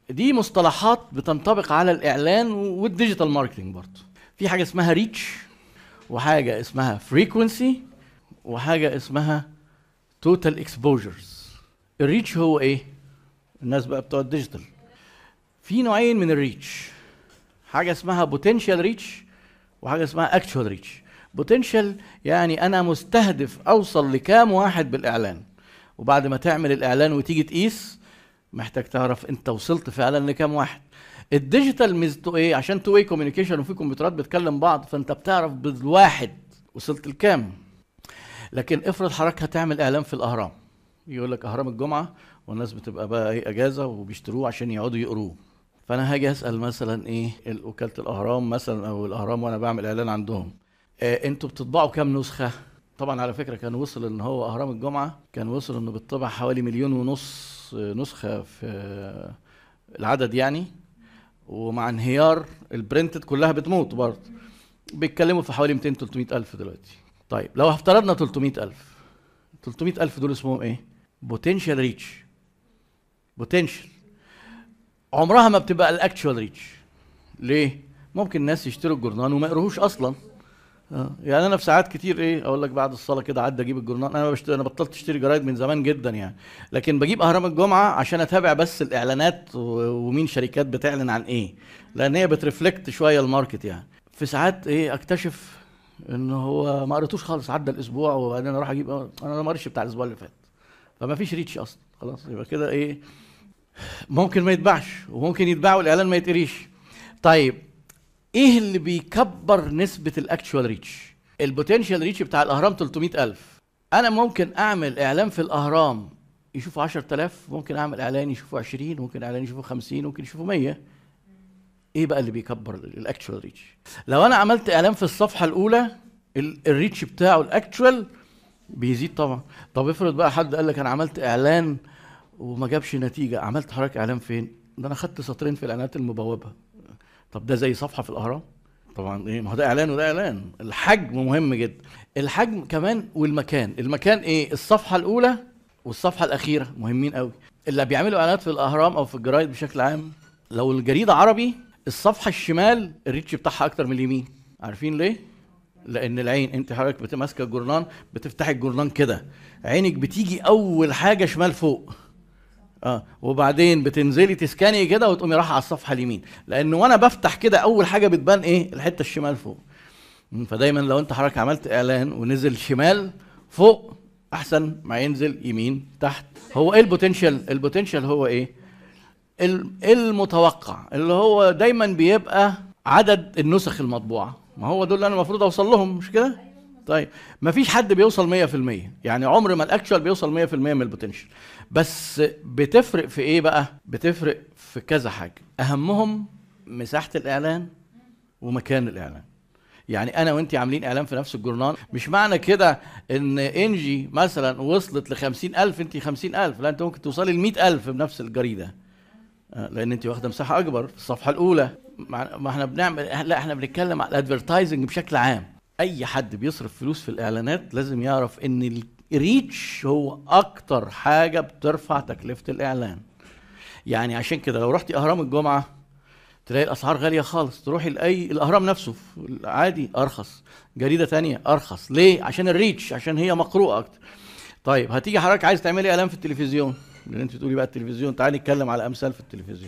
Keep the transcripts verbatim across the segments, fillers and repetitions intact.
دي مصطلحات بتنطبق على الاعلان والديجيتال ماركتنج برضه. في حاجه اسمها ريتش، وحاجه اسمها فريكوينسي، وحاجه اسمها توتال اكسبوجرز. الريتش هو ايه؟ الناس بقى بتوع الديجيتال في نوعين من الريتش، حاجه اسمها بوتنشال ريتش وحاجه اسمها اكتشوال ريتش. بوتنشال يعني انا مستهدف اوصل لكام واحد بالاعلان، وبعد ما تعمل الاعلان وتيجي تقيس محتاج تعرف انت وصلت فعلا لكام واحد. الديجيتال ميزته ايه؟ عشان تو واي كوميونيكيشن وفي كمبيوترات بتكلم بعض، فانت بتعرف بالواحد وصلت لكام. لكن افرض حضرتك هتعمل اعلان في الاهرام، يقول لك اهرام الجمعه والناس بتبقى بقى ايه اجازه وبيشتروه عشان يقعدوا يقروه، فانا هاجي اسال مثلا ايه وكاله الاهرام مثلا او الاهرام وانا بعمل اعلان عندهم، آه انتوا بتطبعوا كام نسخه؟ طبعا على فكره كان وصل ان هو اهرام الجمعه كان وصل انه بيطبع حوالي مليون ونص نسخه في العدد يعني، ومع انهيار البرنتد كلها بتموت برضه بيتكلموا في حوالي مئتين ثلاثمئة الف دلوقتي. طيب لو افترضنا ثلاثمئة الف، ثلاثمئة الف دول اسمهم ايه؟ بوتنشال ريتش. بوتنشال عمرها ما بتبقى الاكتشوال ريتش. ليه؟ ممكن الناس يشتروا الجورنال وما يقروهوش اصلا. آه. يعني انا في ساعات كتير ايه اقول لك بعد الصلاه كده عدى اجيب الجورنال، انا بشتري، انا بطلت اشتري جرايد من زمان جدا يعني، لكن بجيب اهرام الجمعه عشان اتابع بس الاعلانات ومين شركات بتعلن عن ايه، لان هي بترفلكت شويه الماركت يعني. في ساعات ايه اكتشف ان هو ما قريتوش خالص، عدى الاسبوع وبعدين اروح اجيب، انا ما قريتش بتاع الاسبوع اللي فات، فما فيش ريتش اصلا خلاص. يبقى كده ايه ممكن ما يتباعش وممكن يتباع والاعلان ما يتقريش. طيب ايه اللي بيكبر نسبه الاكتشوال ريتش؟ البوتنشال ريتش بتاع الاهرام ثلاثمئة الف. انا ممكن اعمل اعلان في الاهرام يشوفوا عشرة آلاف، ممكن اعمل اعلان يشوفوا عشرين، ممكن اعلان يشوفوا خمسين، ممكن يشوفوا مية. ايه بقى اللي بيكبر الاكتشوال ريتش؟ لو انا عملت اعلان في الصفحه الاولى الريتش بتاعه الاكتشوال بيزيد طبعا. طب افرض بقى حد قال لك انا عملت اعلان وما جابش نتيجه، عملت حضرتك اعلان فين؟ ده انا خدت سطرين في الاعلانات المبوبه. طب ده زي صفحه في الاهرام؟ طبعا ايه، ما هو ده اعلان وده اعلان. الحجم مهم جدا، الحجم كمان والمكان. المكان ايه؟ الصفحه الاولى والصفحه الاخيره مهمين قوي. اللي بيعملوا اعلانات في الاهرام او في الجرايد بشكل عام، لو الجريده عربي الصفحه الشمال الريتش بتاعها اكتر من اليمين. عارفين ليه؟ لان العين، انت حضرتك بتمسك الجورنان بتفتح الجورنان كده، عينك بتيجي اول حاجه شمال فوق، اه وبعدين بتنزلي تسكاني كده وتقومي رايحه على الصفحه اليمين، لان وانا بفتح كده اول حاجه بتبان ايه؟ الحته الشمال فوق. فدايما لو انت حضرتك عملت اعلان ونزل شمال فوق احسن ما ينزل يمين تحت. هو ايه البوتنشال؟ البوتنشال هو ايه؟ المتوقع، اللي هو دايما بيبقى عدد النسخ المطبوعه. ما هو دول اللي انا المفروض اوصل لهم، مش كده؟ طيب ما فيش حد بيوصل مية في المية، يعني عمر ما الاكشوال بيوصل مية في المية من البوتنشال، بس بتفرق في ايه بقى؟ بتفرق في كذا حاجه، اهمهم مساحه الاعلان ومكان الاعلان. يعني انا وانت عاملين اعلان في نفس الجورنال، مش معنى كده ان انجي مثلا وصلت لخمسين الف انت خمسين الف، لا انت ممكن توصلي لمئة الف بنفس الجريده، لان انت واخده مساحه اكبر في الصفحه الاولى. ما احنا بنعمل، لا احنا بنتكلم على الادفرتايزنج بشكل عام. اي حد بيصرف فلوس في الاعلانات لازم يعرف ان الريتش هو اكتر حاجه بترفع تكلفه الاعلان. يعني عشان كده لو رحتي اهرام الجمعه تلاقي الاسعار غاليه خالص، تروحي لاي الاهرام نفسه عادي ارخص، جريده تانية ارخص. ليه؟ عشان الريتش، عشان هي مقروءه اكتر. طيب هتيجي حضرتك عايز تعملي اعلان في التلفزيون، لان انت تقولي بقى التلفزيون، تعالي نتكلم على امثال في التلفزيون.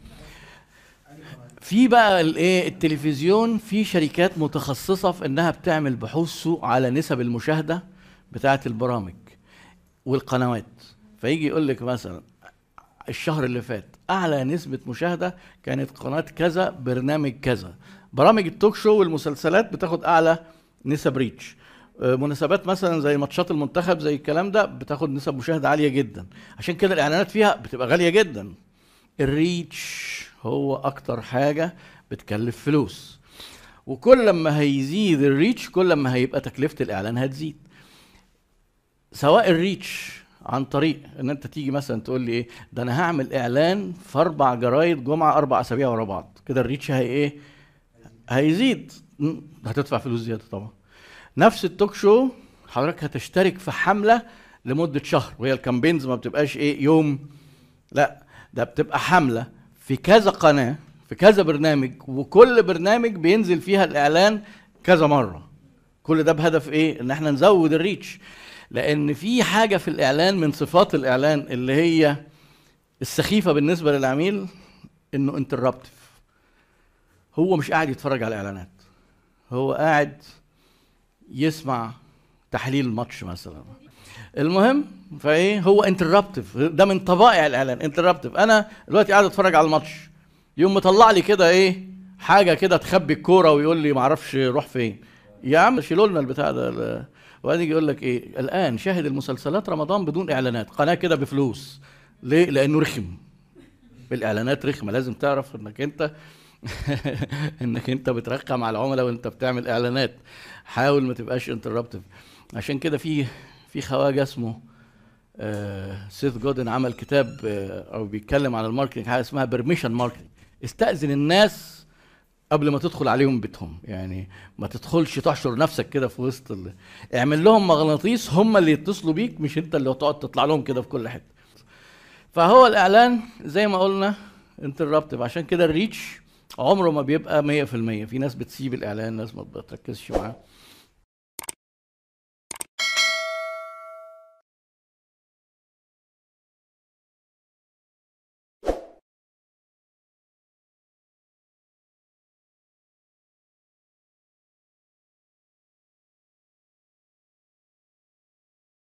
في بقى الايه التلفزيون، في شركات متخصصه في انها بتعمل بحوث سوق على نسب المشاهده بتاعه البرامج والقنوات. فيجي يقول لك مثلا الشهر اللي فات اعلى نسبه مشاهده كانت قناه كذا، برنامج كذا. برامج التوك شو والمسلسلات بتاخد اعلى نسب ريتش. مناسبات مثلا زي ماتشات المنتخب زي الكلام ده بتاخد نسب مشاهده عاليه جدا، عشان كده الاعلانات فيها بتبقى غاليه جدا. الريتش هو اكتر حاجه بتكلف فلوس، وكل لما هيزيد الريتش كل لما هيبقى تكلفه الاعلان هتزيد. سواء الريتش عن طريق ان انت تيجي مثلا تقول لي ايه ده انا هعمل اعلان في اربع جرايد جمعه اربع اسابيع ورا بعض، كده الريتش هي ايه؟ هيزيد، هتدفع فلوس زياده طبعا. نفس التوك شو حضرتك هتشترك في حمله لمده شهر، وهي الكامبينز ما بتبقاش ايه يوم، لا ده بتبقى حمله في كذا قناه في كذا برنامج، وكل برنامج بينزل فيها الاعلان كذا مره. كل ده بهدف ايه؟ ان احنا نزود الريتش. لان في حاجه في الاعلان من صفات الاعلان اللي هي السخيفه بالنسبه للعميل، انه انتربتيف. هو مش قاعد يتفرج على الاعلانات، هو قاعد يسمع تحليل الماتش مثلا. المهم فايه، هو انتربتيف، ده من طبائع الاعلان انتربتيف. انا دلوقتي قاعد اتفرج على الماتش، يوم مطلع لي كده ايه، حاجه كده تخبي الكوره ويقول لي ما اعرفش روح فين. يا عم شيلوا لنا البتاع ده. وبعدين يجي يقول لك ايه، الان شاهد المسلسلات رمضان بدون اعلانات، قناه كده بفلوس. ليه؟ لانه رخم. الاعلانات رخمه، لازم تعرف انك انت انك انت بترقم على العملاء وانت بتعمل اعلانات. حاول ما تبقاش انتربتيف. عشان كده في في خواجه اسمه آه سيث جودن عمل كتاب آه او بيتكلم عن الماركتنج، حاجه اسمها بيرميشن ماركتنج. استأذن الناس قبل ما تدخل عليهم بيتهم، يعني ما تدخلش تحشر نفسك كده في وسط ال... اعمل لهم مغناطيس، هم اللي يتصلوا بيك، مش انت اللي تقعد تطلع لهم كده في كل حته. فهو الاعلان زي ما قلنا انتربتيف. عشان كده الريتش عمره ما بيبقى مية في المية. في ناس بتسيب الاعلان، ناس ما بتركزش معاه.